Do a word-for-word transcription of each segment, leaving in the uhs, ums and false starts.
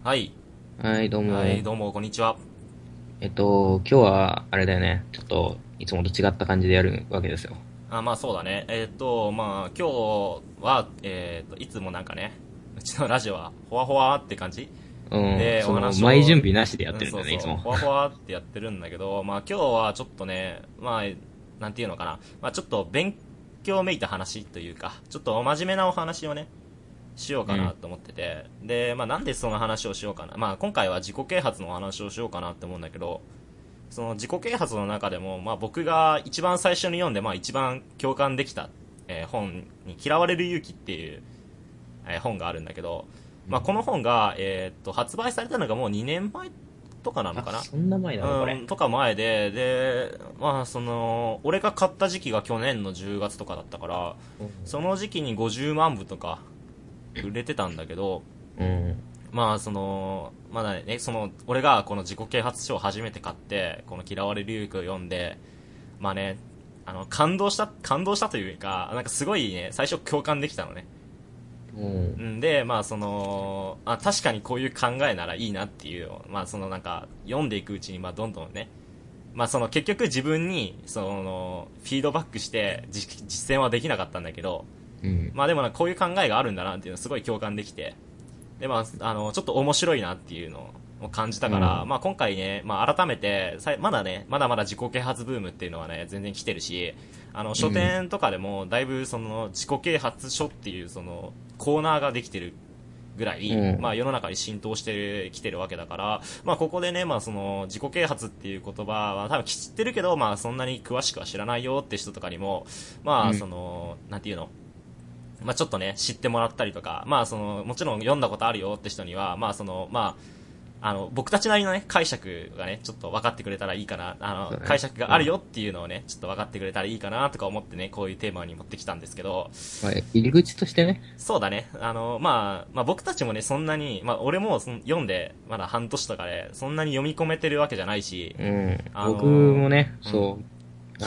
はい。 はい、どうはい、 も。 どうも、こんにちは。 えっと、今日は、あれだよね。ちょっと、いつもと違った感じでやるわけですよ。 あ、まあそうだね。えーっと、まあ今日は、えーっと、いつもなんかね、うちのラジオは、ほわほわって感じうん、 で、おその、前話を、 準備なしでやっうん、 てるんだよね、いつそうそう、 も。 ほわほわってやってるんだけど、まあ今日はちょっとね、まあ、なんていうのかな。まあちょっと勉強めいた話というか、ちょっと真面目なお話をね、しようかなうん、 と思ってて、で、まあなんでその話をしようかな。まあ今回は自己啓発のお話をしようかなって思うんだけど、その自己啓発の中でも、まあ、僕が一番最初に読んで、まあ、一番共感できた、えー本に嫌われる勇気っていう、えー本があるんだけど、まあ、この本が、えーっと発売されたのがもうにねんまえとかなのあ、 かな。 そんな前なの、これ。 うん、とか前で、で、まあ、その、俺が買った時期が去年のじゅうがつとかだったから、 うん、 その時期にごじゅうまん部とか売れてたんだけど、 うん、 まあ、その、まだね、その、俺がこの自己啓発書を初めて買って、この嫌われる勇気を読んで、まあね、あの、感動した、感動したというか、なんかすごいね、最初共感できたのね。 うん、 んで、まあその、あ、確かにこういう考えならいいなっていう、まあそのなんか、読んでいくうちに、まあどんどんね、まあその結局自分に、その、フィードバックして実実践はできなかったんだけど、 うん、 まあでもなんかこういう考えがあるんだなっていうのすごい共感できて、で、まあ、あの、ちょっと面白いなっていうのを感じたから、 うん、 まあ今回ね、まあ改めて、さいまだね、まだまだ自己啓発ブームっていうのはね、全然来てるし、あの、書うん、 店とかでも、だいぶその、自己啓発書っていうその、コーナーができてるぐらい、まあ世の中に浸透してきてるわけだから、まあここでね、まあその、自己啓発っていう言葉は多分知ってるけど、まあそんなに詳しくは知らないよって人とかにも、まあそうん、 の、なんていうの、まあちょっとね、知ってもらったりとか、まあその、もちろん読んだことあるよって人には、まあその、まあ、あの、僕たちなりのね、解釈がね、ちょっと分かってくれたらいいかな、あの、 そうだね。 解釈があるうん。 よっていうのをね、ちょっと分かってくれたらいいかなとか思ってね、こういうテーマに持ってきたんですけど、 まあ、入り口としてね。 そうだね、あの、まあ、まあ僕たちもね、そんなに、まあ俺もその読んで、まだ半年とかで、そんなに読み込めてるわけじゃないし、 うん。 あ僕の、 もね、 うん、 そう、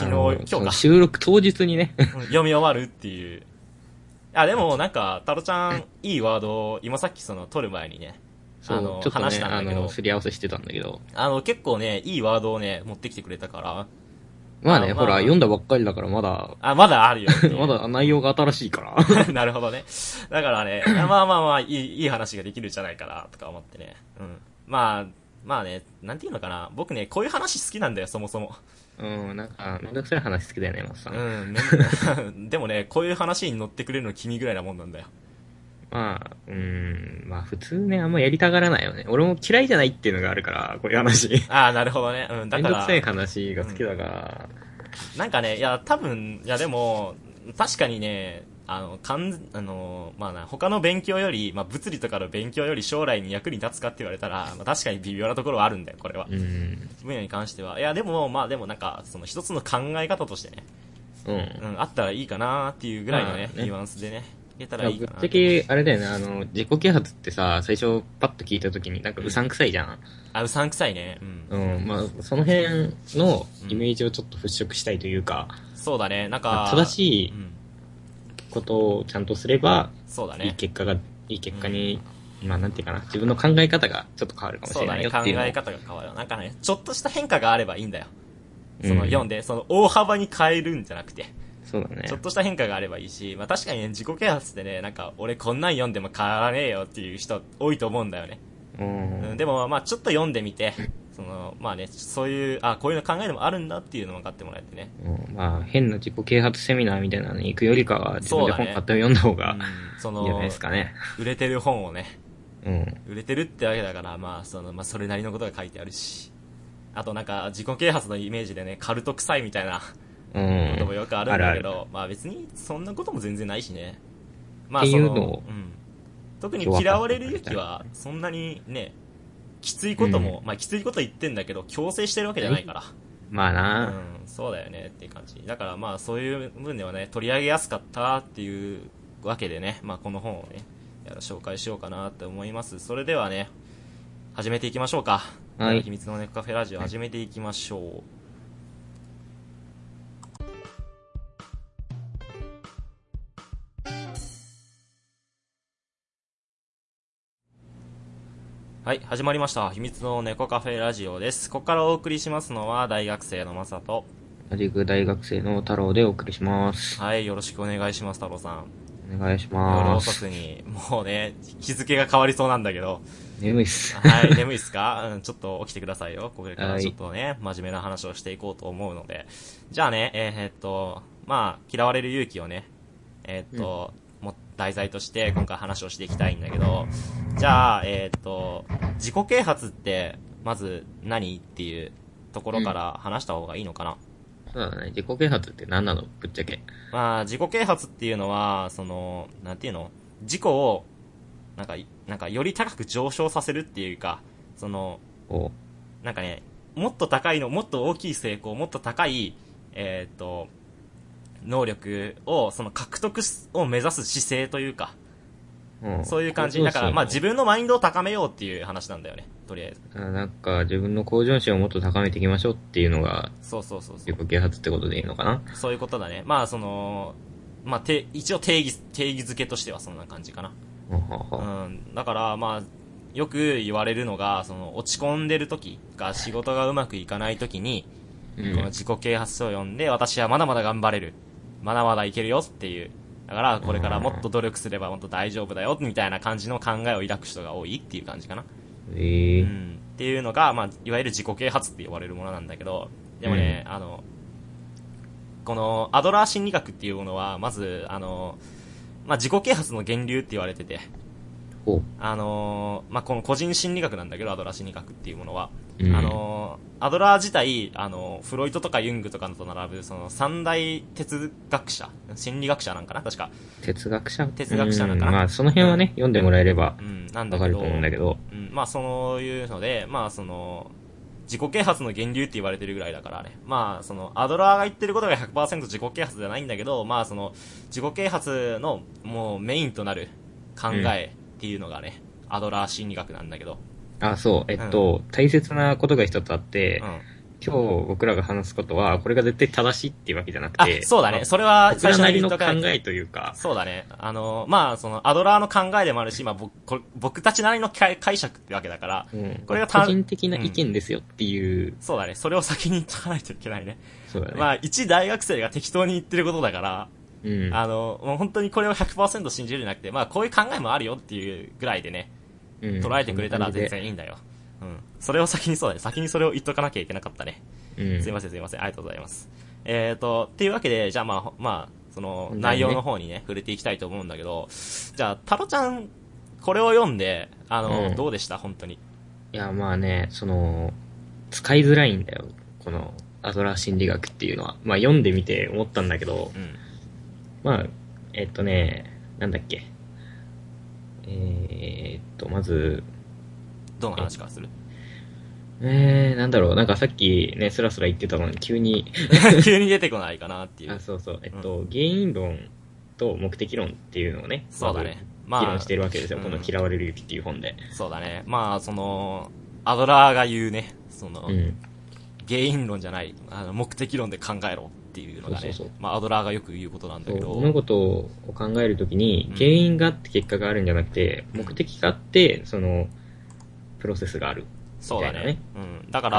昨日、 あの、その今日か、 収録当日にね、 うん読み終わるっていう、あ、でもあちなんか、タロちゃん、いいワードを、今さっきその、撮る前にね、あそう、 の、話しちょっとね、あの、 たんだけど、 すり合わせしてたんだけど、 あの、結構ね、いいワードをね、持ってきてくれたから、あ、 まあね、ほら、読んまあまだばっかりだからまだ、 あ、あ、まだあるよっていう。 まだ内容が新しいから。 うん。なるほどね。だからね、まあまあまあ、いい、いい話ができるんじゃないかな、とか思ってね。うん。まあ、まあね、なんていうのかな。僕ね、こういう話好きなんだよ、そもそも。 うん、なんか、めんどくさい話好きだよね、マスさん。 うん、めん、でもね、こういう話に乗ってくれるの君ぐらいなもんなんだよ。 まあ、うん、まあ普通ね、あんまやりたがらないよね。俺も嫌いじゃないっていうのがあるから、こういう話。 ああ、なるほどね。うん、だめんどくさいから、 話うん。 が好きだから、 なんかね、いや、多分、いやでも、確かにね、あの、かん、あの、まあな、他の勉強より、まあ物理とかの勉強より将来に役に立つかって言われたら、まあ確かに微妙なところはあるんだよ、これは。 うん、 分野に関しては。いや、でも、まあでもなんか、その一つの考え方としてね、 うん。 うん、あったらいいかなっていうぐらいのね、 まあね。 ニュアンスでね、いけたらいいまあぶっかなって思う。 ちゃけ、あれだよね、あの、自己啓発ってさ、最初パッと聞いた時になんかうさうん。 んくさいじゃん。 あ、うさんくさいね。うん。 うん、まあ、その辺のうん。 イメージをちょっと払拭したいというか、 そうだね。なんまあ、正か、 しいうん。 ことをちゃんとすれば、いいそうだね。 結果が、いいうん。 結果に、まあなんていうかな、自分の考え方がちょっと変わるかもしれないそうだね。考よっていうのを、 え方が変わる。なんかね、ちょっとした変化があればいいんだよ。その読んうん、 で、その大幅に変えるんじゃなくて、 そうだね。 ちょっとした変化があればいいし、まあ確かにね、自己啓発ってね、なんか、俺こんなん読んでも変わらねえよっていう人多いと思うんだよね。 うん、 うん、でも、まあちょっと読んでみて、その、まあね、そういう、あ、こういうの考えでもあるんだっていうのを分かってもらえてね。 うん、まあ、変な自己啓発セミナーみたいなのに行くよりかは、自分でそうだね。 本買って読んだ方がうん、そいいんじゃないでの、 すかね。 売れてる本をね、 うん。 売れてるってわけだから、まあ、その、まあ、それなりのことが書いてあるし。あとなんか、自己啓発のイメージでね、カルト臭いみたいなうことん。 もよくあるあるある。っんだけど、まあ別にそんなことも全然ないしね。まあてその、 いうのをうん。特に今日分かって嫌われるもらいたい。 勇気は、そんなにね、きついうん。 ことも、まあきついこと言ってんだけど、強制してるわけじゃないから。 まあな。 うん、そうだよねっていう感じ。だからまあそういう部分ではね、取り上げやすかったっていうわけでね、まあこの本をね、紹介しようかなって思います。それではね、始めていきましょうか。じゃあ、 はい。 秘密のネコカフェラジオ始めていきましょう。 はい、始まりました。秘密の猫カフェラジオです。ここからお送りしますのは大学生のまさと。 同じく大学生の太郎でお送りします。 はい、よろしくお願いします、太郎さん。 お願いします。 夜遅くに、もうね、日付が変わりそうなんだけど。 眠いっす。 はい、眠いっすか、うん、ちょっと起きてくださいよ。これからちょっとね、真面目な話をしていこうと思うので。じゃあね、えー、っと、まあ、嫌われる勇気をね、えー、っと、うん、も題材として今回話をしていきたいんだけど、じゃあ、えー、っと、自己啓発って、まず何っていうところから話した方がいいのかな、 うん、そうだね。自己啓発って何なのぶっちゃけ。 まあ、自己啓発っていうのは、その、なんていうの自己を、なんか、なんか、より高く上昇させるっていうか、その、なんかね、もっと高いの、もっと大きい成功、もっと高い、えー、っと、能力を、その獲得を目指す姿勢というか、うん、そういう感じ。だから、まあ自分のマインドを高めようっていう話なんだよね、とりあえず。 なんか、自分の向上心をもっと高めていきましょうっていうのが、 そうそうそうそう。 自己啓発ってことでいいのかな。 そういうことだね。まあ、その、まあ、て、一応定義、定義づけとしてはそんな感じかな。うん。だから、まあ、よく言われるのが、その、落ち込んでる時が、仕事がうまくいかない時に、うん、この自己啓発書を読んで、私はまだまだ頑張れる。まだまだいけるよっていう。だから、これからもっと努力すればもっと大丈夫だよ、みたいな感じの考えを抱く人が多いっていう感じかな。 えー、 うん。っていうのが、まあ、いわゆる自己啓発って呼ばれるものなんだけど、でもね、うん、あの、このアドラー心理学っていうものは、まず、あの、まあ、自己啓発の源流って言われてて、あの、まあ、この個人心理学なんだけど、アドラー心理学っていうものは、うん、あの、アドラー自体、あの、フロイトとかユングとかと並ぶ、その三大哲学者、心理学者なんかな確か。 哲学者哲学者なんかな、 まあ、その辺はね、うん、読んでもらえれば、 うん、なんだわかると思うんだけど、 うん、まあ、そういうので、まあ、その、自己啓発の源流って言われてるぐらいだからね。まあ、その、アドラーが言ってることが ひゃくパーセント 自己啓発じゃないんだけど、まあ、その、自己啓発の、もう、メインとなる考えっていうのがね、うん、アドラー心理学なんだけど。 あ、そう。えっと、うん、大切なことが一つあって、 うん、 今日僕らが話すことは、これが絶対正しいっていうわけじゃなくて。 あ、そうだね。それは最初なりの考えというか。 そうだね。あの、まあ、その、アドラーの考えでもあるし、まあ、僕、僕たちなりの解釈ってわけだから、 うん、 これが個人的な意見ですよっていう、 うん。そうだね。それを先に言っとかないといけないね。 そうだね。 まあ、一大学生が適当に言ってることだから、 うん、 あの、もう本当にこれを ひゃくパーセント 信じるんじゃなくて、まあ、こういう考えもあるよっていうぐらいでね、うん、捉えてくれたら全然いいんだよ。うん。それを先にそうだね。先にそれを言っとかなきゃいけなかったね。うん、すいませんすいません。ありがとうございます。えっと、っていうわけで、じゃあまあ、まあ、その、内容の方にね、触れていきたいと思うんだけど、じゃあ、タロちゃん、これを読んで、あの、うん、どうでした本当に。 いや、まあね、その、使いづらいんだよ。この、アドラー心理学っていうのは。まあ、読んでみて思ったんだけど、 うん、 まあ、えっとね、なんだっけ。えー、っと、まず、 どの話からする？ えー、なんだろう、なんかさっきね、スラスラ言ってたのに急に急に出てこないかなっていう。 あ、そうそう。えっと、うん、原因論と目的論っていうのをね、 そうだね。 まあ、議論してるわけですよ、 うん、 この嫌われる勇気っていう本で。 そうだね。まあ、その、アドラーが言うね、その、 うん、 原因論じゃない、あの目的論で考えろっていうのがね、そうそうそう、まあ、アドラーがよく言うことなんだけど。 物事を考えるときに、原因があって結果があるんじゃなくて、うん、目的があって、その、プロセスがある。 そうだね。うん。だから、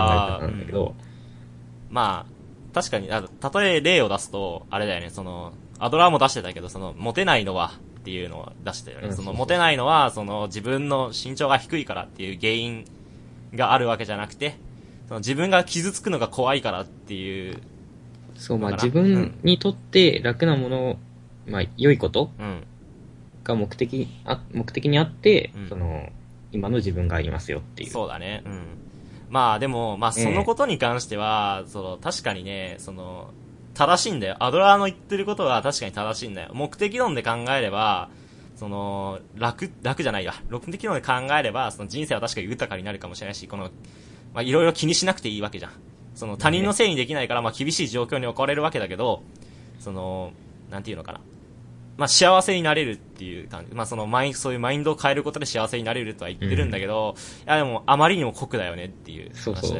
なんだけど、うん、 まあ、確かに、あ例え例を出すと、あれだよね、その、アドラーも出してたけど、その、モテないのはっていうのを出してたよね。うん、その、モテないのは、その、自分の身長が低いからっていう原因があるわけじゃなくて、その自分が傷つくのが怖いからっていう。 そう、まあ自分にとって楽なもの、うん、まあ良いことが目的、あ目的にあって、うん、その、今の自分がありますよっていう。 そうだね。うん。まあでも、まあそのことに関しては、えー、その、確かにね、その、正しいんだよ。アドラーの言ってることは確かに正しいんだよ。目的論で考えれば、その、楽、楽じゃないわ。目的論で考えれば、その人生は確かに豊かになるかもしれないし、この、まあいろいろ気にしなくていいわけじゃん。その他人のせいにできないから、まあ厳しい状況に置かれるわけだけど、その、なんていうのかな。まあ幸せになれるっていう感じ。まあそのマイン、そういうマインドを変えることで幸せになれるとは言ってるんだけど、うん、いやでもあまりにも酷だよねっていう話だよね。 そうそう。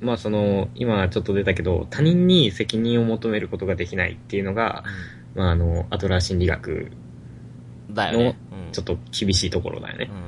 まあその、今ちょっと出たけど、他人に責任を求めることができないっていうのが、うん、まああの、アドラー心理学のちょっと厳しいところだよね。 うん。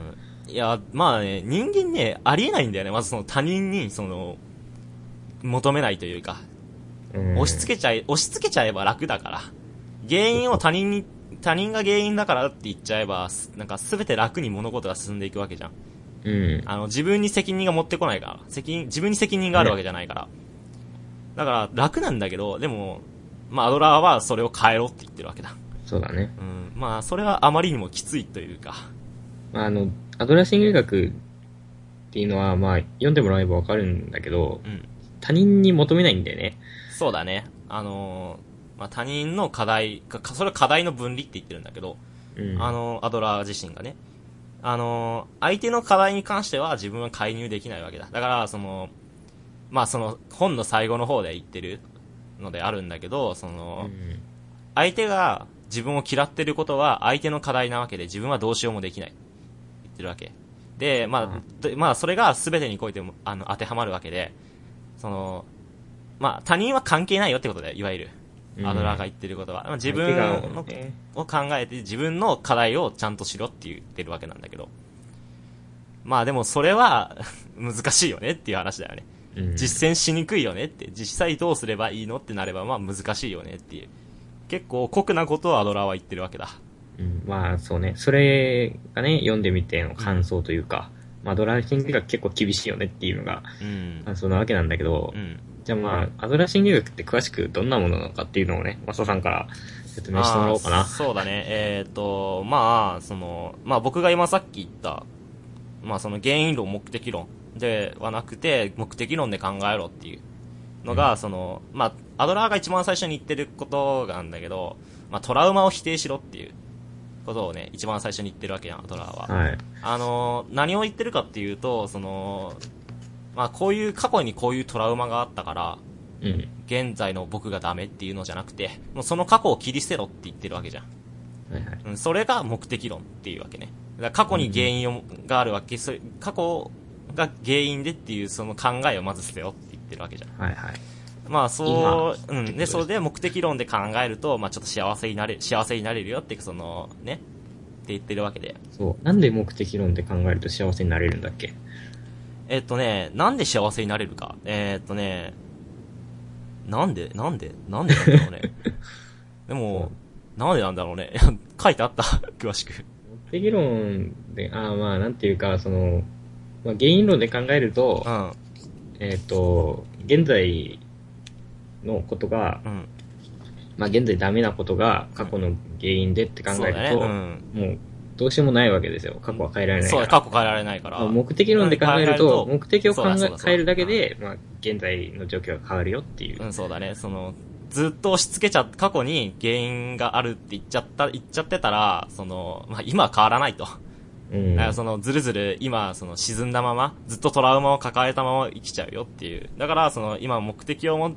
いや、まあね、人間ね、ありえないんだよね。まずその他人に、その、求めないというか、押し付けちゃえ、押し付けちゃえば楽だから。原因を他人に、他人が原因だからって言っちゃえば、なんか全て楽に物事が進んでいくわけじゃん。 うん。 あの、自分に責任が持ってこないから。責任、自分に責任があるわけじゃないから。ね、だから、楽なんだけど、でも、まあ、アドラーはそれを変えろって言ってるわけだ。 そうだね。 うん。まあ、それはあまりにもきついというか。 まあ、あの、アドラー心理学っていうのは、まあ、読んでもらえばわかるんだけど、うん、他人に求めないんだよね。 そうだね。あのー、まあ、他人の課題、それは課題の分離って言ってるんだけど、うん、あの、アドラー自身がね。あのー、相手の課題に関しては自分は介入できないわけだ。だから、その、まあ、その、本の最後の方で言ってるのであるんだけど、その、うん、相手が自分を嫌ってることは相手の課題なわけで、自分はどうしようもできない。言ってるわけ。で、まあ、うん、まあ、それが全てにおいても、あの、当てはまるわけで、その、まあ、他人は関係ないよってことで、いわゆる。アドラーが言ってることは。うん、自分のを考えて、自分の課題をちゃんとしろって言ってるわけなんだけど。まあでもそれは難しいよねっていう話だよね。うん、実践しにくいよねって。実際どうすればいいのってなれば、まあ難しいよねっていう。結構酷なことをアドラーは言ってるわけだ。 うん、まあそうね。それがね、読んでみての感想というか、うん、まあアドラー心理学結構厳しいよねっていうのが感想なわけなんだけど、うんじゃあまあ、アドラー心理学って詳しくどんなものなのかっていうのをね、マサさんから説明してもらおうかな。 そうだね。えっ、ー、と、まあ、その、まあ僕が今さっき言った、まあその原因論、目的論ではなくて、目的論で考えろっていうのが、うん、その、まあ、アドラーが一番最初に言ってることなんだけど、まあトラウマを否定しろっていうことをね、一番最初に言ってるわけやん、アドラーは。はい。あの、何を言ってるかっていうと、その、まあこういう過去にこういうトラウマがあったから、うん、現在の僕がダメっていうのじゃなくて、もうその過去を切り捨てろって言ってるわけじゃん。はいはい。うん、それが目的論っていうわけね。だから過去に原因を、うん、があるわけ、それ過去が原因でっていうその考えをまず捨てろって言ってるわけじゃん。はいはい。まあそう、うん。で、それで目的論で考えると、まあちょっと幸せになれ、幸せになれるよってその、ね、って言ってるわけで。 そう。なんで目的論で考えると幸せになれるんだっけ？ えっとね、なんで幸せになれるか。えー、っとね、なんでなんでなんでなんだろうね。でも、なんでなんだろうね。書いてあった詳しく。 目的論で、ああまあ、なんていうか、その、まあ、原因論で考えると、うん、えー、っと、現在のことが、うん、まあ現在ダメなことが過去の原因でって考えると、うん、もう、どうしようもないわけですよ。過去は変えられないから。 そう、過去変えられないから。 目的論で考えると、目的を考え、変えるだけで、まあ、現在の状況が変わるよっていう。 うん、そうだね。その、ずっと押し付けちゃ、過去に原因があるって言っちゃった、言っちゃってたら、その、まあ、今は変わらないと。うん。だからその、ずるずる、今、その、沈んだまま、ずっとトラウマを抱えたまま生きちゃうよっていう。だから、その、今目的を持って、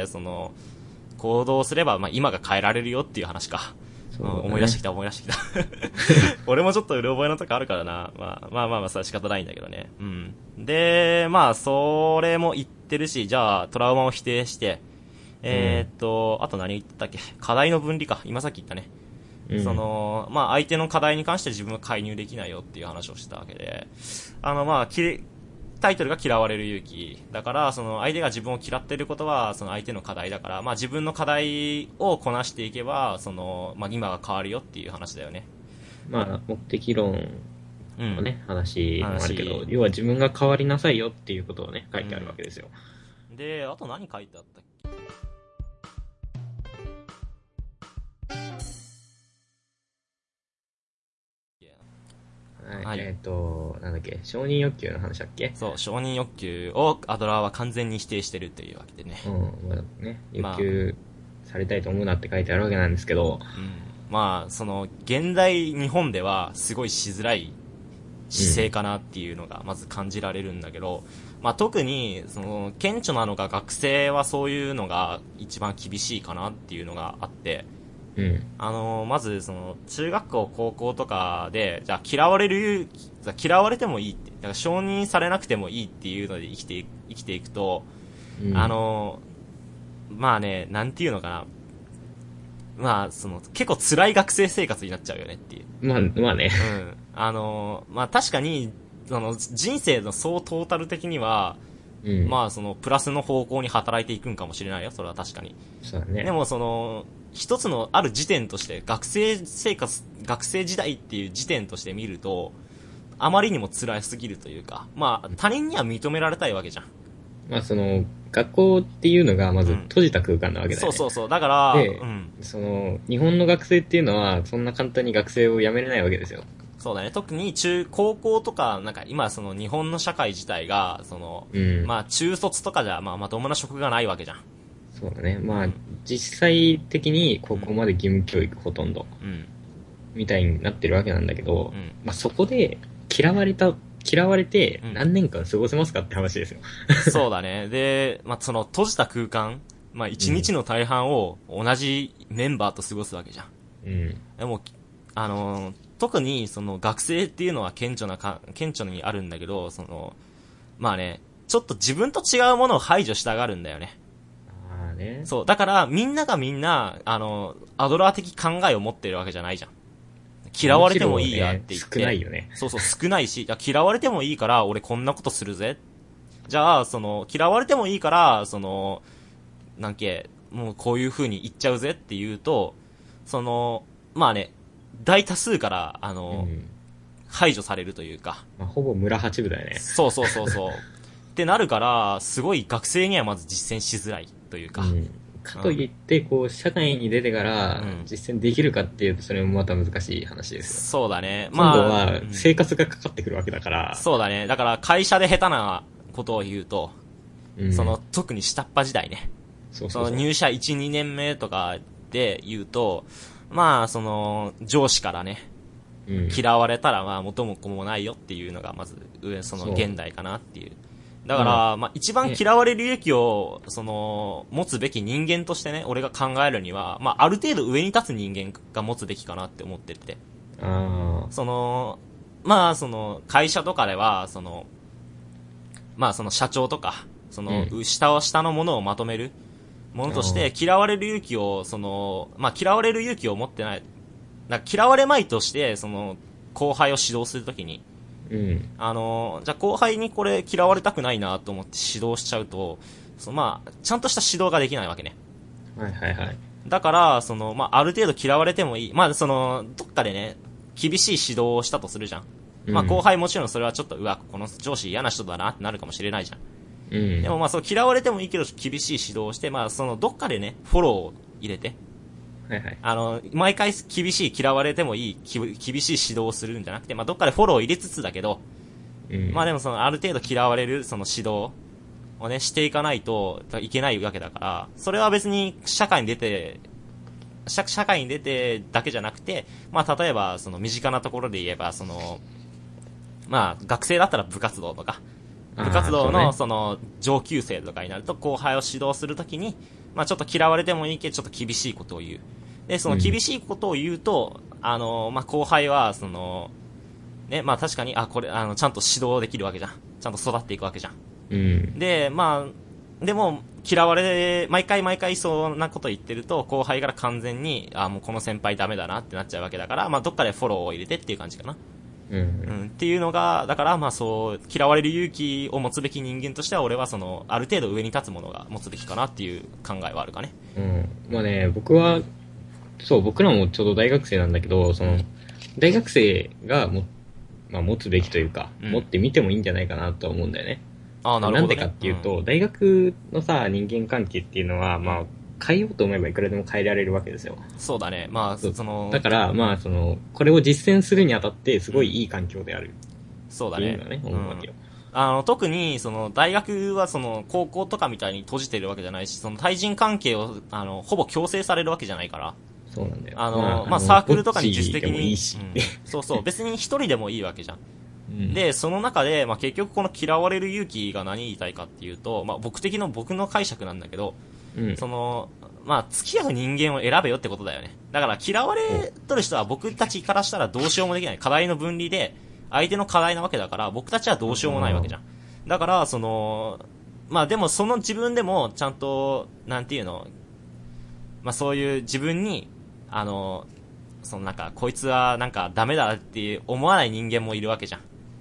その、行動すれば、まあ、今が変えられるよっていう話か。ね、思い出してきた思い出してきた俺もちょっとうる覚えのとこあるからな、まあ、まあまあまあそれは仕方ないんだけどね。うんでまあそれも言ってるし、じゃあトラウマを否定してえー、っと、うん、あと何言ったっけ、課題の分離か、今さっき言ったね、うん、そのまあ相手の課題に関して自分が介入できないよっていう話をしてたわけで、あのまあきタイトルが嫌われる勇気だから、その相手が自分を嫌っていることはその相手の課題だから、まあ自分の課題をこなしていけば、そのまあ今が変わるよっていう話だよね。 まあ目的論のね、うん、話もあるけど、要は自分が変わりなさいよっていうことをね書いてあるわけですよ。 うん、で、あと何書いてあったっけ？ はい、えっ、ー、と、なんだっけ、承認欲求の話だっけ？ そう、承認欲求をアドラーは完全に否定してるというわけでね。 うん、まあね、欲求されたいと思うなって書いてあるわけなんですけど、 うん、まあ、その、現代日本ではすごいしづらい姿勢かなっていうのがまず感じられるんだけど、うん、まあ特に、その、顕著なのが学生はそういうのが一番厳しいかなっていうのがあって、うん、あのまずその中学校高校とかで、じゃあ嫌われる嫌われてもいいって、だから承認されなくてもいいっていうので生きて生きていくと、うん、あのまあね、なんていうのかな、まあその結構辛い学生生活になっちゃうよねっていう。 まあまあね。 うん。あのまあ確かにあの、人生の総トータル的には、うん、まあ、その、プラスの方向に働いていくんかもしれないよ、それは確かに。 そうだね。 でも、その、一つのある時点として、学生生活、学生時代っていう時点として見ると、あまりにも辛すぎるというか、まあ、他人には認められたいわけじゃん。 まあ、その、学校っていうのがまず閉じた空間なわけだよね。 うん、そうそうそう。だから、 で、うん、その、日本の学生っていうのは、そんな簡単に学生を辞めれないわけですよ。 そうだね。特に中、高校とか、なんか今その日本の社会自体が、その、うん、まあ中卒とかじゃ、まあまともな職がないわけじゃん。 そうだね。まあ、実際的に高校まで義務教育ほとんど、うん、みたいになってるわけなんだけど、うん、まあそこで嫌われた、嫌われて何年間過ごせますかって話ですよ。 うん、そうだね。で、まあその閉じた空間、まあ一日の大半を同じメンバーと過ごすわけじゃん。うん。でも、あのー、特にその学生っていうのは顕著なか、顕著にあるんだけど、その、まあね、ちょっと自分と違うものを排除したがるんだよね。 ああね。 そう。だから、みんながみんな、あの、アドラー的考えを持ってるわけじゃないじゃん。嫌われてもいいやって言って。 ね、少ないよね。 そうそう、少ないし、嫌われてもいいから、俺こんなことするぜ。じゃあ、その、嫌われてもいいから、その、なんけ、もうこういう風に言っちゃうぜって言うと、その、まあね、大多数から、あの、うん、排除されるというか。 まあ、ほぼ村八部だよね。 そうそうそうそう。ってなるから、すごい学生にはまず実践しづらいというか。うん、 かといって、こう、社会に出てから、実践できるかっていうと、それもまた難しい話ですよ。そうだね。 まあ。今度は、生活がかかってくるわけだから、 うん。そうだね。だから、会社で下手なことを言うと、うん、その、特に下っ端時代ね。そうそうそう。その入社いち、にねんめとかで言うと、まあ、その、上司からね、うん、嫌われたら、まあ、元も子もないよっていうのが、まず、上、その、現代かなっていう。だから、うん、まあ、一番嫌われる勇気を、その、持つべき人間としてね、俺が考えるには、まあ、ある程度上に立つ人間が持つべきかなって思ってて。あその、まあ、その、会社とかでは、その、まあ、その社長とか、その、うん、下を、下のものをまとめるものとして、嫌われる勇気を、その、まあ、嫌われる勇気を持ってない、なんか嫌われまいとして、その、後輩を指導するときに、うん、あの、じゃあ後輩にこれ嫌われたくないなと思って指導しちゃうと、そのまあ、ちゃんとした指導ができないわけね。 はいはいはい。 だから、その、まあ、ある程度嫌われてもいい。まあ、その、どっかでね、厳しい指導をしたとするじゃん。うん、まあ、後輩もちろんそれはちょっと、うわ、この上司嫌な人だなってなるかもしれないじゃん。うん、でもまあ、そう嫌われてもいいけど、厳しい指導をして、まあ、その、どっかでね、フォローを入れて、はいはい。あの、毎回厳しい、嫌われてもいい、厳しい指導をするんじゃなくて、まあ、どっかでフォローを入れつつだけど、うん、まあでもその、ある程度嫌われる、その指導をね、していかないといけないわけだから、それは別に社会に出て、社、社会に出てだけじゃなくて、まあ例えば、その身近なところで言えば、その、まあ学生だったら部活動とか、部活動のその上級生とかになると後輩を指導するときに、まあちょっと嫌われてもいいけどちょっと厳しいことを言う。で、その厳しいことを言うと、うん、あの、まあ後輩はその、ね、まあ確かに、あ、これ、あの、ちゃんと指導できるわけじゃん。ちゃんと育っていくわけじゃん。うん。で、まあ、でも、嫌われ、毎回毎回そんなこと言ってると、後輩から完全に、あ、もうこの先輩ダメだなってなっちゃうわけだから、まあどっかでフォローを入れてっていう感じかな。うん。うん、っていうのが、だからまあそう、嫌われる勇気を持つべき人間としては、俺はその、ある程度上に立つものが持つべきかなっていう考えはあるかね。 うん。まあね、僕は、そう、僕らもちょうど大学生なんだけど、その、大学生がも、まあ持つべきというか、うん、持ってみてもいいんじゃないかなと思うんだよね。 ああ、なるほど、ね。 なんでかっていうと、うん、大学のさ、人間関係っていうのは、まあ、変えようと思えばいくらでも変えられるわけですよ。 そうだね。まあ、その。 だから、まあ、その、これを実践するにあたって、すごいいい環境である。 そうだね。 っていうのはね、思うわけよ。 うん、あの、特に、その、大学は、その、高校とかみたいに閉じてるわけじゃないし、その、対人関係を、あの、ほぼ強制されるわけじゃないから。 そうなんだよ。 あの、まあ、まあ、サークルとかに自主的に。いいしうん、そうそう、別に一人でもいいわけじゃん。うん、で、その中で、まあ、結局この嫌われる勇気が何言いたいかっていうと、まあ、僕的の僕の解釈なんだけど、うん、その、まあ、付き合う人間を選べよってことだよね。だから嫌われとる人は僕たちからしたらどうしようもできない。課題の分離で、相手の課題なわけだから、僕たちはどうしようもないわけじゃん。だから、その、まあでもその自分でもちゃんと、なんていうの、まあそういう自分に、あの、そのなんか、こいつはなんかダメだって思わない人間もいるわけじゃん。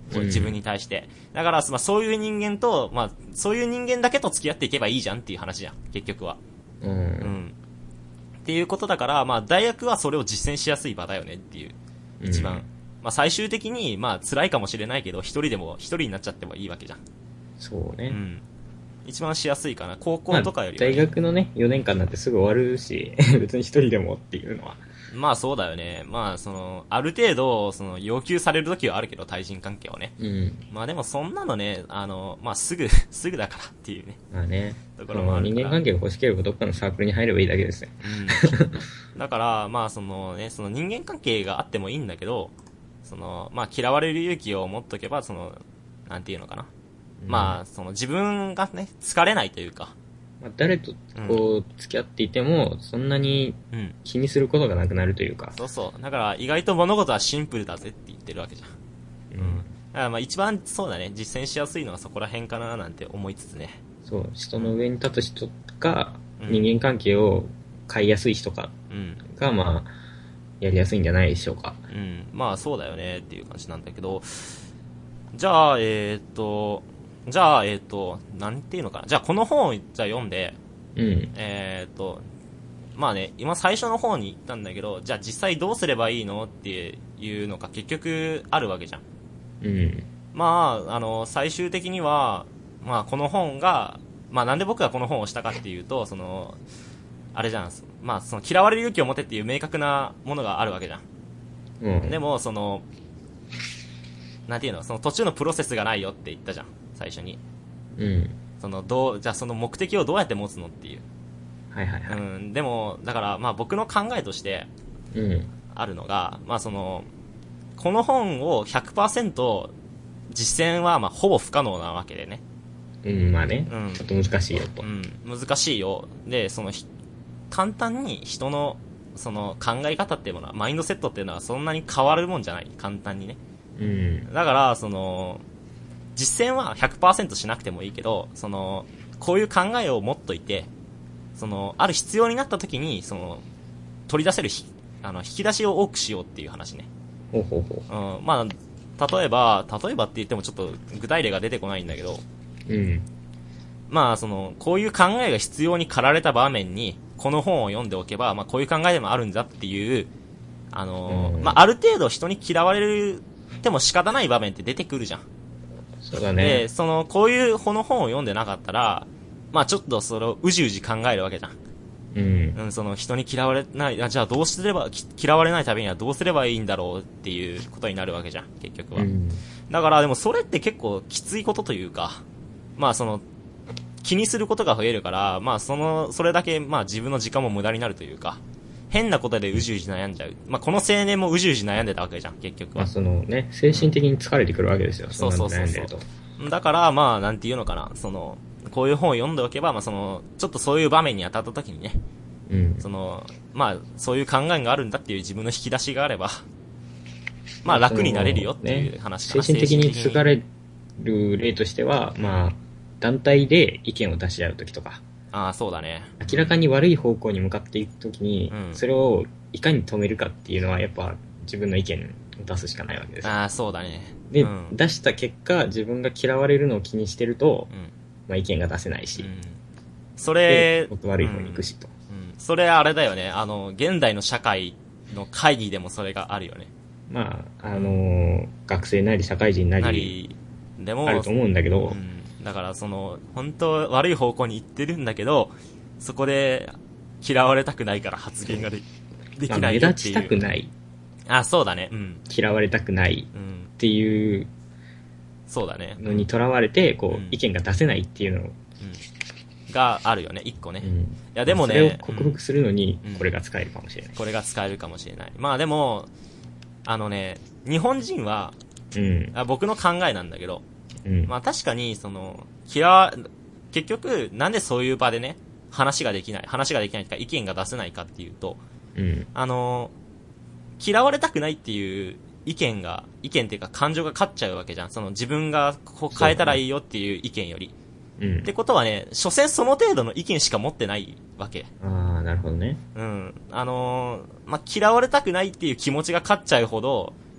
自分に対して。だから、まあそういう人間と、まあそういう人間だけと付き合っていけばいいじゃんっていう話じゃん、結局は。 うん。うん。 っていうことだから、まあ大学はそれを実践しやすい場だよねっていう。一番。うん、まあ最終的に、まあ辛いかもしれないけど、一人でも、一人になっちゃってもいいわけじゃん。 そうね。 うん。一番しやすいかな。高校とかよりは、ね、まあ、大学のね、よねんかんなんてすぐ終わるし、別に一人でもっていうのは。 まあそうだよね。まあその、ある程度、その、要求される時はあるけど、対人関係はね。 うん。 まあでもそんなのね、あの、まあすぐ、すぐだからっていうね。 まあね。 ところもあるから。 人間関係が欲しければどっかのサークルに入ればいいだけですよ。 うん。だから、まあそのね、その人間関係があってもいいんだけど、その、まあ嫌われる勇気を持っとけば、その、なんていうのかな。うん、まあ、その自分がね、疲れないというか。 まあ、誰とこう、付き合っていても、そんなに気にすることがなくなるというか。 うん、そうそう。だから意外と物事はシンプルだぜって言ってるわけじゃん。うん。だからまあ一番そうだね、実践しやすいのはそこら辺かななんて思いつつね。 そう、人の上に立つ人か、うん、人間関係を変えやすい人かが、まあ、やりやすいんじゃないでしょうか。 うん。まあそうだよねっていう感じなんだけど、じゃあ、えー、っと、じゃあ、えっ、ー、と、なんていうのかな。じゃあ、この本をじゃあ読んで、 うん。 えっ、ー、と、まあね、今最初の方に言ったんだけど、じゃあ実際どうすればいいのっていうのが結局あるわけじゃん。 うん。 まあ、あの、最終的には、まあ、この本が、まあ、なんで僕がこの本をしたかっていうと、その、あれじゃん。まあ、その、嫌われる勇気を持てっていう明確なものがあるわけじゃん。 うん。 でも、その、なんていうの、その途中のプロセスがないよって言ったじゃん。最初に。 うん。 その、どう、じゃあその目的をどうやって持つのっていう。 はいはいはい。 うん、でも、だから、まあ僕の考えとして、 うん。 あるのが、まあその、この本を ひゃくパーセント 実践は、まあほぼ不可能なわけでね。 うん、まあね。 うん。 ちょっと難しいよと。 うん、難しいよ。で、その、簡単に人の、その考え方っていうものは、マインドセットっていうのはそんなに変わるもんじゃない。簡単にね。 うん。 だから、その、実践は ひゃくパーセント しなくてもいいけど、その、こういう考えを持っといて、その、ある必要になった時に、その、取り出せるひ、あの、引き出しを多くしようっていう話ね。 ほうほうほう。うん、まあ、例えば、例えばって言ってもちょっと具体例が出てこないんだけど、 うん。 まあ、その、こういう考えが必要に駆られた場面に、この本を読んでおけば、まあ、こういう考えでもあるんだっていう、あの、 うん、 まあ、ある程度人に嫌われる、でも仕方ない場面って出てくるじゃん。 そうだね。 で、その、こういうこの本を読んでなかったら、まあちょっとそれをうじうじ考えるわけじゃん。 うん。 うん、その人に嫌われない、あじゃあどうすれば、嫌われないためにはどうすればいいんだろうっていうことになるわけじゃん、結局は。うん、だからでもそれって結構きついことというか、まあその、気にすることが増えるから、まあその、それだけまあ自分の時間も無駄になるというか、変なことでうじうじ悩んじゃう。まあこの青年もうじうじ悩んでたわけじゃん、結局は。 まあそのね、精神的に疲れてくるわけですよ、うん、 そうそうそうそう。だからまあなんていうのかな、その、こういう本を読んでおけば、まあその、ちょっとそういう場面に当たった時にね、 うん、 その、まあそういう考えがあるんだっていう自分の引き出しがあれば、まあ楽になれるよっていう話かな。 ね、精神的に疲れる例としては、まあ、団体で意見を出し合う時とか。 ああ、そうだね。 明らかに悪い方向に向かっていく時に、うん、それをいかに止めるかっていうのはやっぱ自分の意見を出すしかないわけですよ。 ああ、そうだね。 で、 うん、 出した結果、自分が嫌われるのを気にしてると、うん、まあ意見が出せないし。うん、 それ、 もっと悪い方に行くしと、 うんうん。それあれだよね。あの、現代の社会の会議でもそれがあるよね。 まあ、あのー、学生なり社会人なり、なりでも、あると思うんだけど、 うんだからその本当悪い方向に行ってるんだけどそこで嫌われたくないから発言が で, できないよっていう、まあ、 目立ちたくないあそうだね、うん、 嫌われたくないっていう、 そうだねのにとらわれてこう、うん、意見が出せないっていうの、うん、 があるよね一個ね、うん、いやでもねそれを克服するのにこれが使えるかもしれない、 うん、これが使えるかもしれないまあでもあのね日本人は、 うん、 あ僕の考えなんだけどうん、 まあ確かに、その、嫌、結局、なんでそういう場でね、話ができない、話ができないとか意見が出せないかっていうと、 うん、 あの、嫌われたくないっていう意見が、意見っていうか感情が勝っちゃうわけじゃん。その自分がこう変えたらいいよっていう意見より。 うん、 ってことはね、所詮その程度の意見しか持ってないわけ。 ああ、なるほどね。 うん。あのー、まあ、嫌われたくないっていう気持ちが勝っちゃうほど、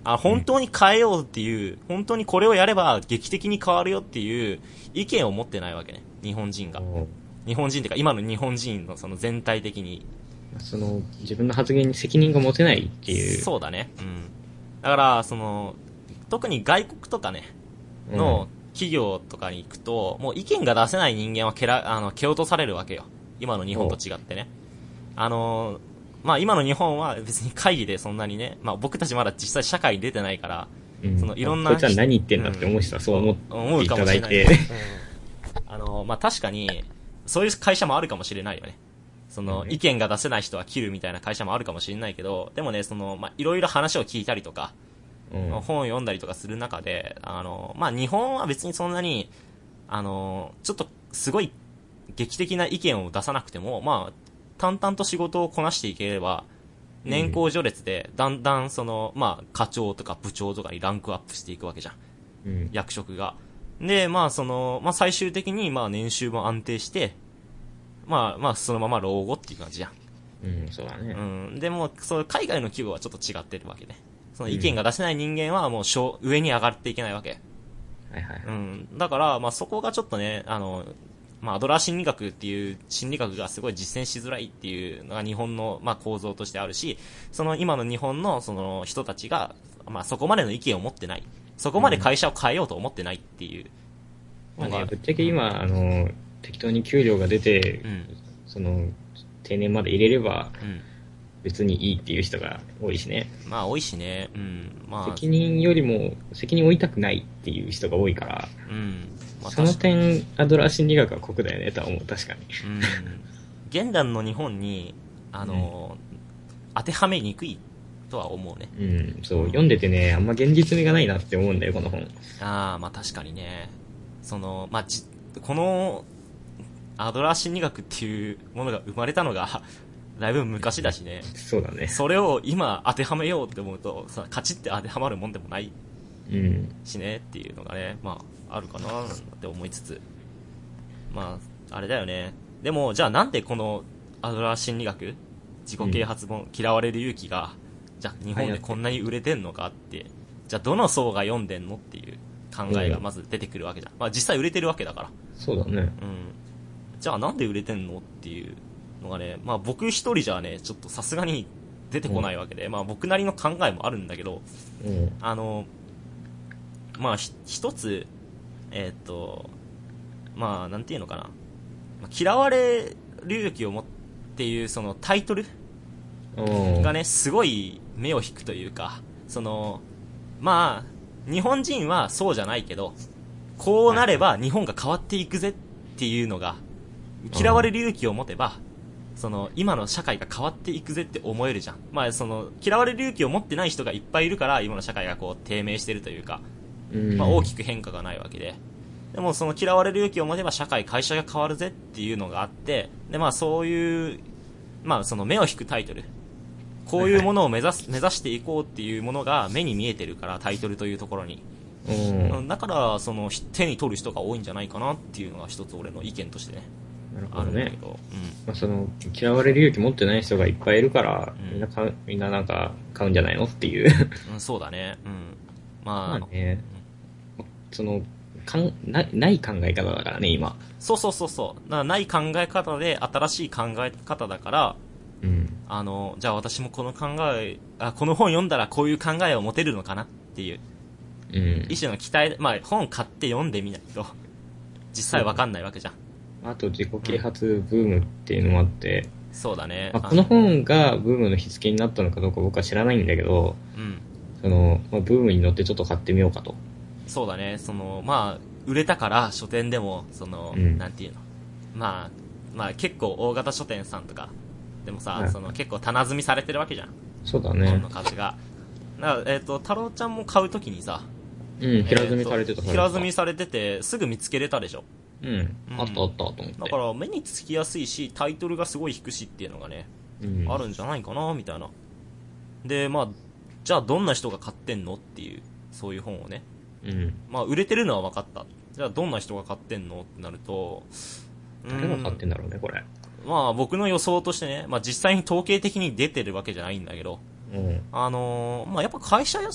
あ、本当に変えようっていう、本当にこれをやれば劇的に変わるよっていう意見を持ってないわけね。日本人が。日本人っていうか、今の日本人のその全体的に。 その、自分の発言に責任が持てないっていう。 そうだね。うん。だから、その、特に外国とかね、の企業とかに行くと、もう意見が出せない人間は蹴ら、あの、蹴落とされるわけよ。今の日本と違ってね。あの、まあ今の日本は別に会議でそんなにね、まあ僕たちまだ実際社会に出てないから、 うん、 そのいろんな。 こいつは何言ってんだって思う人はそう思っていただいて。 うん、あの、まあ確かに、そういう会社もあるかもしれないよね。その、うん、意見が出せない人は切るみたいな会社もあるかもしれないけど、でもね、その、まあいろいろ話を聞いたりとか、うん、本を読んだりとかする中で、あの、まあ日本は別にそんなに、あの、ちょっとすごい劇的な意見を出さなくても、まあ、淡々と仕事をこなしていければ、年功序列で、だんだんその、まあ、課長とか部長とかにランクアップしていくわけじゃん。うん、役職が。で、まあその、まあ最終的に、まあ年収も安定して、まあまあそのまま老後っていう感じじゃん。 うん、そうだね。 うん。でも、その海外の企業はちょっと違ってるわけね。その意見が出せない人間はもう上、上に上がっていけないわけ。 はいはい。 うん。だから、まあそこがちょっとね、あの、まあ、アドラー心理学っていう心理学がすごい実践しづらいっていうのが日本の、まあ、構造としてあるし、その今の日本のその人たちが、まあ、そこまでの意見を持ってない。そこまで会社を変えようと思ってないっていう。 うん、まあ、ぶっちゃけ今、うん、あの、適当に給料が出て、うん、その、定年まで入れれば、うん別にいいっていう人が多いしね。 まあ多いしね。うん。まあ。 責任よりも、責任を負いたくないっていう人が多いから。 うん。 まあ、その点、アドラー心理学は酷だよねとは思う、確かに。 うん。現代の日本に、あの、うん、当てはめにくいとは思うね。 うん。そう、読んでてね、あんま現実味がないなって思うんだよ、この本。 ああ、まあ確かにね。その、まあじ、この、アドラー心理学っていうものが生まれたのが、だいぶ昔だしね。 そうだね。 それを今当てはめようって思うと、さ、カチって当てはまるもんでもないしねっていうのがね、まあ、あるかなって思いつつ。まあ、あれだよね。でも、じゃあなんでこのアドラー心理学、自己啓発本、うん、嫌われる勇気が、じゃあ日本でこんなに売れてんのかって、じゃあどの層が読んでんのっていう考えがまず出てくるわけじゃん。まあ実際売れてるわけだから。 そうだね。うん。 じゃあなんで売れてんのっていう。のがね、まあ僕一人じゃね、ちょっとさすがに出てこないわけで、うん、まあ僕なりの考えもあるんだけど、うん、あの、まあ一つ、えっと、まあなんていうのかな、まあ、嫌われる勇気を持っていうそのタイトルがね、すごい目を引くというか、その、まあ、日本人はそうじゃないけど、こうなれば日本が変わっていくぜっていうのが、嫌われる勇気を持てば、その今の社会が変わっていくぜって思えるじゃん。まあその嫌われる勇気を持ってない人がいっぱいいるから今の社会がこう低迷してるというか、まあ大きく変化がないわけで、でもその嫌われる勇気を持てば社会会社が変わるぜっていうのがあって、でまあそういうまあその目を引くタイトル、こういうものを目指す目指していこうっていうものが目に見えてるからタイトルというところに、だからその手に取る人が多いんじゃないかなっていうのが一つ俺の意見としてね。 なるほどね。うん、まあ、その嫌われる勇気持ってない人がいっぱいいるから、うん、みんな買うみんななんか買うんじゃないのっていう、 うん、そうだね。うん。まあ、 まあね、うん、そのかんなない考え方だからね今。 そうそうそうそう。だからない考え方で新しい考え方だから、うん、あのじゃあ私もこの考えあこの本読んだらこういう考えを持てるのかなっていう、うん、一種の期待、まあ本買って読んでみないと実際わかんないわけじゃん。 あと自己啓発ブームっていうのもあって、うん、 そうだね、 まあ、この本がブームの火付けになったのかどうか僕は知らないんだけど、うん、そのまあ、ブームに乗ってちょっと買ってみようかと。 そうだね、そのまあ売れたから書店でもその、うん、なんていうの、まあまあ結構大型書店さんとかでもさ、はい、その結構棚積みされてるわけじゃん。 そうだね。 本の数が。だからえっ、ー、と太郎ちゃんも買うときにさ、 うん、平積みされてた、 えー、平積みされててすぐ見つけれたでしょ。 うん、うん、あったあったと思って。 だから目につきやすいしタイトルがすごい引くしっていうのがね、うん、あるんじゃないかなみたいな。でまあじゃあどんな人が買ってんのっていう、そういう本をね、うん、まあ売れてるのは分かった。じゃあどんな人が買ってんのってなると、 誰が買ってんだろうねこれ。 まあ僕の予想としてね、まあ実際に統計的に出てるわけじゃないんだけど、うん、あのー、まあやっぱ会社やさ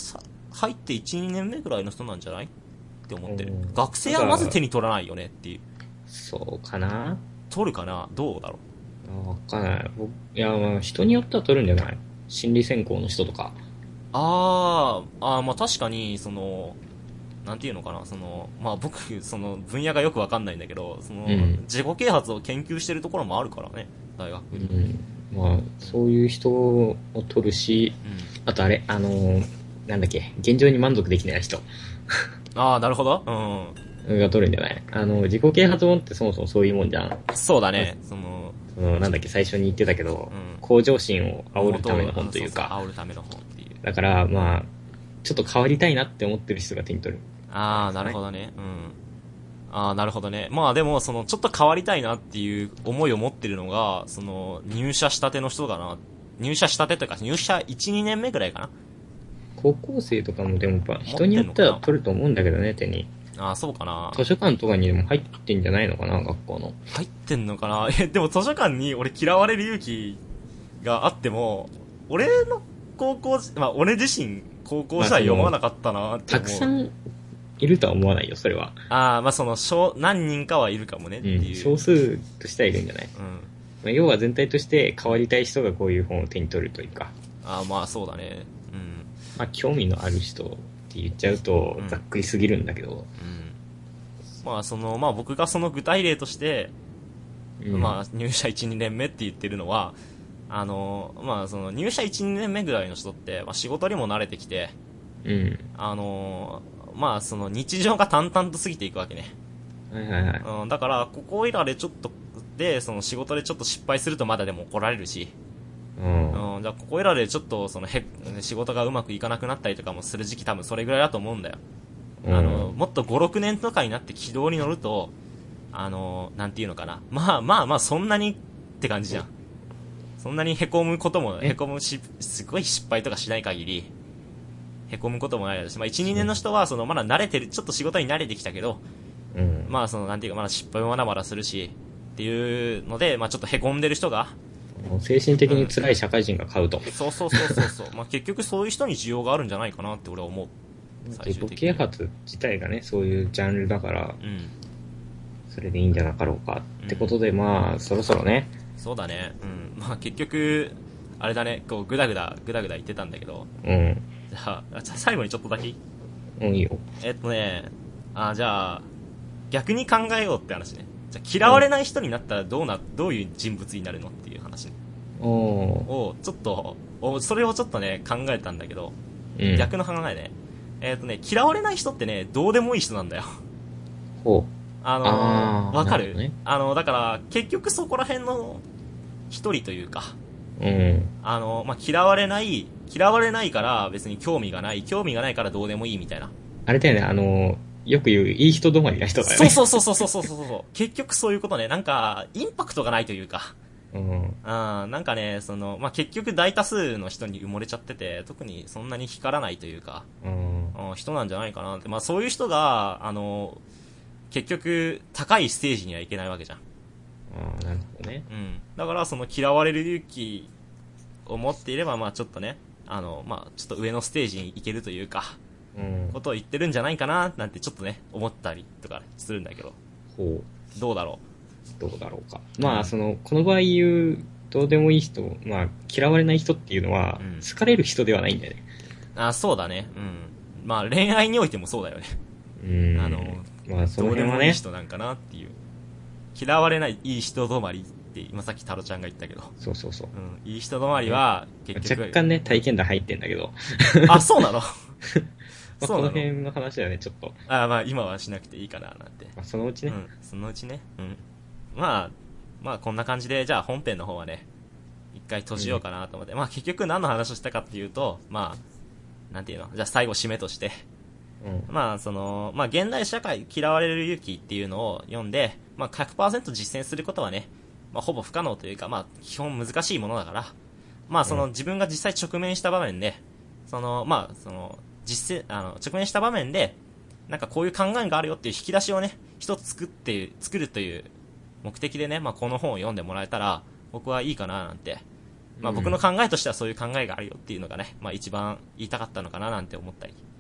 入っていち、にねんめぐらいの人なんじゃないって思ってる。学生はまず手に取らないよねっていう。 そうかな。 取るかな、どうだろう。わかんない。いや、まあ人によっては取るんじゃない？心理専攻の人とか。 あー、あーまあ確かに、その、なんていうのかな、その、まあ僕、その分野がよくわかんないんだけど、その、うん、自己啓発を研究してるところもあるからね、大学に。 うん。まあ、そういう人を取るし、うん、あとあれ、あのー、なんだっけ、現状に満足できない人。 ああ、なるほど。 うん。が取るんじゃない？あの、自己啓発本ってそもそもそういうもんじゃん。 そうだね。その、 その、なんだっけ、最初に言ってたけど、うん、向上心を煽るための本というか。 そうそう、煽るための本っていう。 だから、まあ、ちょっと変わりたいなって思ってる人が手に取る。 ああ、なるほどね。うん。ああ、なるほどね。まあでも、その、ちょっと変わりたいなっていう思いを持ってるのが、その、入社したての人かな。入社したてというか、入社いち、にねんめぐらいかな。 高校生とかもでも、人によっては取ると思うんだけどね、手に。 ああ、そうかな。 図書館とかにでも入ってんじゃないのかな、学校の。 入ってんのかな。え、でも図書館に俺嫌われる勇気があっても、俺の高校、まあ俺自身高校時代読まなかったなって思う。 たくさんいるとは思わないよ、それは。 ああ、まあその、少、何人かはいるかもねっていう。うん、 少数としてはいるんじゃない？うん。まあ、要は全体として変わりたい人がこういう本を手に取るというか。 ああ、まあそうだね。うん。 まあ興味のある人って言っちゃうとざっくりすぎるんだけど。うん。うん、 まあその、まあ僕がその具体例として、うん、まあ入社いち、にねんめって言ってるのは、あの、まあその入社いち、にねんめぐらいの人って、まあ仕事にも慣れてきて、 うん。 あの、まあその日常が淡々と過ぎていくわけね。 はいはいはい。 うん、だからここいらでちょっとでその仕事でちょっと失敗するとまだでも怒られるし、うん、うん、じゃあここいらでちょっとそのへ仕事がうまくいかなくなったりとかもする時期多分それぐらいだと思うんだよ。うん、あのもっとご、ろくねんとかになって軌道に乗るとあのなんていうのかな、まあまあまあそんなにって感じじゃん。そんなに凹むことも凹むしすごい失敗とかしない限り。へこむこともないですし、まあ、いち、にねんの人は、その、まだ慣れてる、ちょっと仕事に慣れてきたけど、うん、まあ、その、なんていうか、まだ失敗もまだまだするし、っていうので、まあ、ちょっとへこんでる人が、 精神的に辛い社会人が買うと。 うん、そうそうそうそうそう。まあ、結局そういう人に需要があるんじゃないかなって俺は思う。 自己啓発自体がね、そういうジャンルだから、うん、それでいいんじゃなかろうか。ってことで、まあ、そろそろね。 そうだね。うん。まあ、結局、あれだね、こう、ぐだぐだ、ぐだぐだ言ってたんだけど、 うん。 じゃあ、じゃあ最後にちょっとだけ。 うん、いいよ。 えっとね、あ、じゃあ、逆に考えようって話ね。じゃあ、嫌われない人になったらどうな、どういう人物になるのっていう話、ね。 おを、ちょっと、お、それをちょっとね、考えたんだけど、うん、逆の考えね。えっとね、嫌われない人ってね、どうでもいい人なんだよ。 ほう。 あのー、わかる、ね、あの、だから、結局そこら辺の一人というか、 うん。 あの、まあ、嫌われない、嫌われないから別に興味がない、興味がないからどうでもいいみたいな。 あれだよね、あの、よく言う、いい人止まりな人だよね。 そうそうそうそうそうそうそう。結局そういうことね。なんか、インパクトがないというか。 うん。 あなんかね、その、まあ、結局大多数の人に埋もれちゃってて、特にそんなに光らないというか、 うん。 人なんじゃないかなって。まあ、そういう人が、あの、結局、高いステージにはいけないわけじゃん。 ああ、なるほどね。 うん。だから、その嫌われる勇気を持っていれば、まあちょっとね、あの、まあちょっと上のステージに行けるというか、 うん、 ことを言ってるんじゃないかな、なんてちょっとね、思ったりとかするんだけど。 ほう。どうだろう。どうだろうか。まあ、その、この場合言う、どうでもいい人、まあ、嫌われない人っていうのは、うん、好かれる人ではないんだよね。 あ、そうだね。うん。まあ恋愛においてもそうだよね。 うん。 あの、 まあその辺はね。どうでもいい人なんかなっていう。嫌われないいい人止まりって今さっきタロちゃんが言ったけど、 そうそうそう、 うん、いい人止まりは結局若干ね体験談入ってんだけどあ、そうなのまあこの辺の話だよねちょっと。 あ、まあ今はしなくていいかななんて、 まあ、そのうちね、 うん、そのうちね、うん、まあまあこんな感じでじゃあ本編の方はね一回閉じようかなと思って、うん、まあ結局何の話をしたかっていうと、まあなんていうの、じゃあ最後締めとして、うん、まあそのまあ現代社会嫌われる勇気っていうのを読んで、まあ ひゃくパーセント 実践することはね、まあほぼ不可能というか、まあ基本難しいものだから、まあその自分が実際直面した場面で、そのまあその実践あの直面した場面でなんかこういう考えがあるよっていう引き出しをね一つ作って作るという目的でね、まあこの本を読んでもらえたら僕はいいかななんて、まあ僕の考えとしてはそういう考えがあるよっていうのがね、まあ一番言いたかったのかななんて思ったり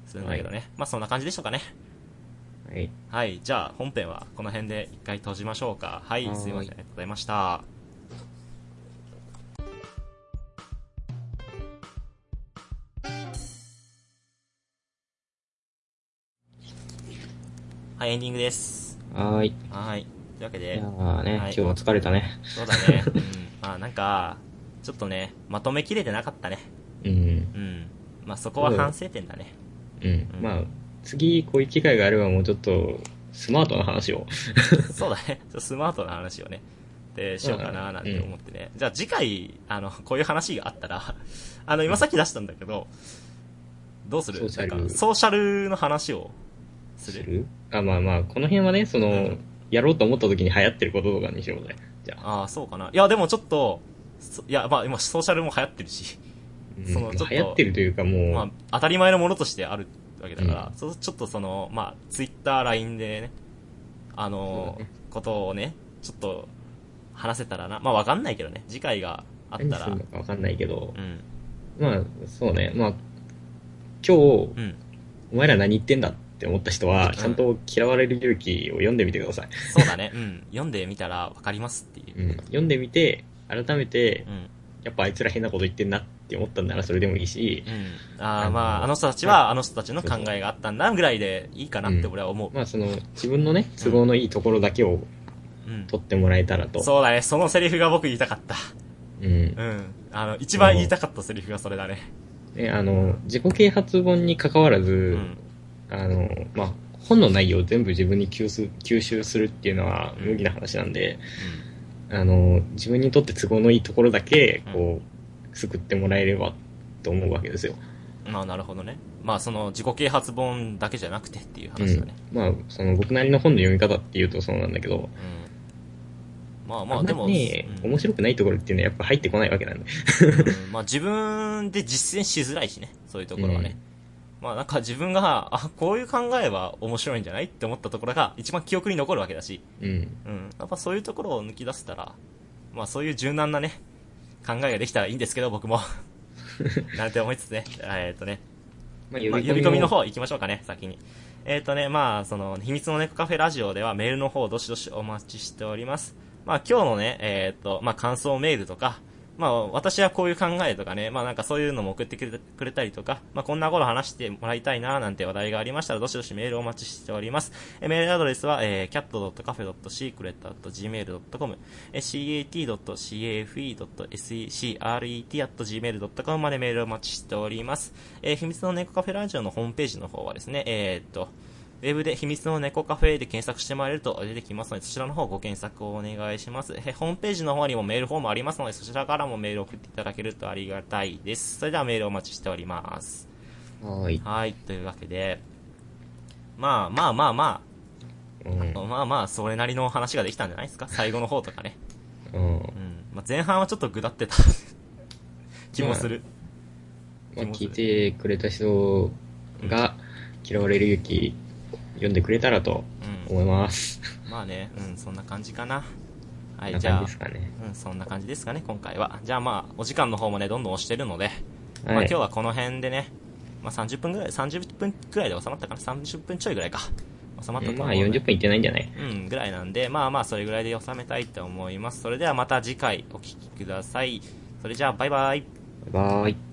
するんだけどね。はい、まあそんな感じでしょうかね。 はい。 はい。じゃあ本編はこの辺で一回閉じましょうか。はい。すいません。ありがとうございました。はい、エンディングです。 はーい。 はい。というわけで。いやーね、 はい、 今日も疲れたね。 そうだね。うん。まあなんか、ちょっとね、まとめきれてなかったね。 うん。うん。 まあそこは反省点だね。 うん。うん、まあ、次こういう機会があればもうちょっと、スマートな話を。 そうだね。スマートな話をね。で、しようかななんて思ってね。うん、じゃあ次回、あの、こういう話があったら、あの、今さっき出したんだけど、どうする？ソーシャル。なんか、ソーシャルの話をする？する？ あ、まあまあ、この辺はね、その、うん、やろうと思った時に流行ってることとかにしようね。じゃあ。 ああ、そうかな。いや、でもちょっと、いや、まあ今ソーシャルも流行ってるし、 うん、そのちょっと、流行ってるというかもう、 まあ当たり前のものとしてあるわけだから、うん、そちょっとその、まあツイッター、ライン でね、あの、ね、ことをね、ちょっと話せたらな。まあわかんないけどね、次回があったら。 何するのかわかんないけど、 うん、 まあそうね、まあ今日、うん、お前ら何言ってんだって思った人は、ちゃんと嫌われる勇気を読んでみてください。 そうだね、うん。読んでみたらわかりますっていう。 うん。読んでみて、改めて、うん、やっぱあいつら変なこと言ってんなって思ったんならそれでもいいし、 うん、ああ、まあ、あの人たちはあの人たちの考えがあったんだぐらいでいいかなって俺は思う。 うん、まあその、自分のね、都合のいいところだけを取ってもらえたらと。 うん、そうだね、そのセリフが僕言いたかった。うん。うん。あの、一番言いたかったセリフがそれだね。 ね、あの、自己啓発本に関わらず、うん、あの、まあ、本の内容を全部自分に吸収、吸収するっていうのは無理な話なんで、うん、あの、自分にとって都合のいいところだけ、こう、救ってもらえればと思うわけですよ。 まあ、なるほどね。まあ、その、自己啓発本だけじゃなくてっていう話だね。 うん、まあ、その、僕なりの本の読み方っていうとそうなんだけど、うん、 まあまあ、でも、 ね、うん、面白くないところっていうのはやっぱ入ってこないわけなんで。 うん、まあ、自分で実践しづらいしね、そういうところはね。うん、まあなんか自分が、あ、こういう考えは面白いんじゃないって思ったところが一番記憶に残るわけだし、うん。うん。やっぱそういうところを抜き出せたら、まあそういう柔軟なね、考えができたらいいんですけど、僕も。なんて思いつつね、えー、っとね、まあ、呼び込みの方行きましょうかね、先に。えー、っとね、まあその、秘密の猫カフェラジオではメールの方どしどしお待ちしております。まあ今日のね、えー、っと、まあ感想メールとか、まあ私はこういう考えとかね、まあなんかそういうのも送ってくれ、くれたりとか、まあこんなこと話してもらいたいななんて話題がありましたらどしどしメールをお待ちしております。えメールアドレスは、えー、キャットドットカフェドットシークレットアットジーメールドットコム、えー、キャットドットカフェドットシークレットアットジーメールドットコム までメールをお待ちしております。えー、秘密の猫カフェラジオのホームページの方はですね、えー、っと、ウェブで秘密の猫カフェで検索してもらえると出てきますので、そちらの方ご検索をお願いします。えホームページの方にもメールフォームありますので、そちらからもメールを送っていただけるとありがたいです。それではメールをお待ちしております。 はい。 はい、というわけで、まあまあまあまあ、うん、まあまあ、それなりの話ができたんじゃないですか、最後の方とかね。うん。うん、まあ、前半はちょっとぐだってた気もする。 まあ、まあ、聞いてくれた人が嫌われる勇気、読んでくれたらと思います、 うん、まあね、うん、そんな感じかな。はい、 じゃあ、ですかね、 うん、そんな感じですかね、今回は。じゃあまあ、お時間の方もね、どんどん押してるので、はい、まあ今日はこの辺でね、まあさんじゅっぷんぐらい、さんじゅっぷんくらいで収まったかな、さんじゅっぷんちょいぐらいか。収まったと思う、ね。 まあよんじゅっぷんいってないんじゃない？ うん、ぐらいなんで、まあまあそれぐらいで収めたいと思います。それではまた次回お聞きください。それじゃあ、バイバイ。 バイバイ。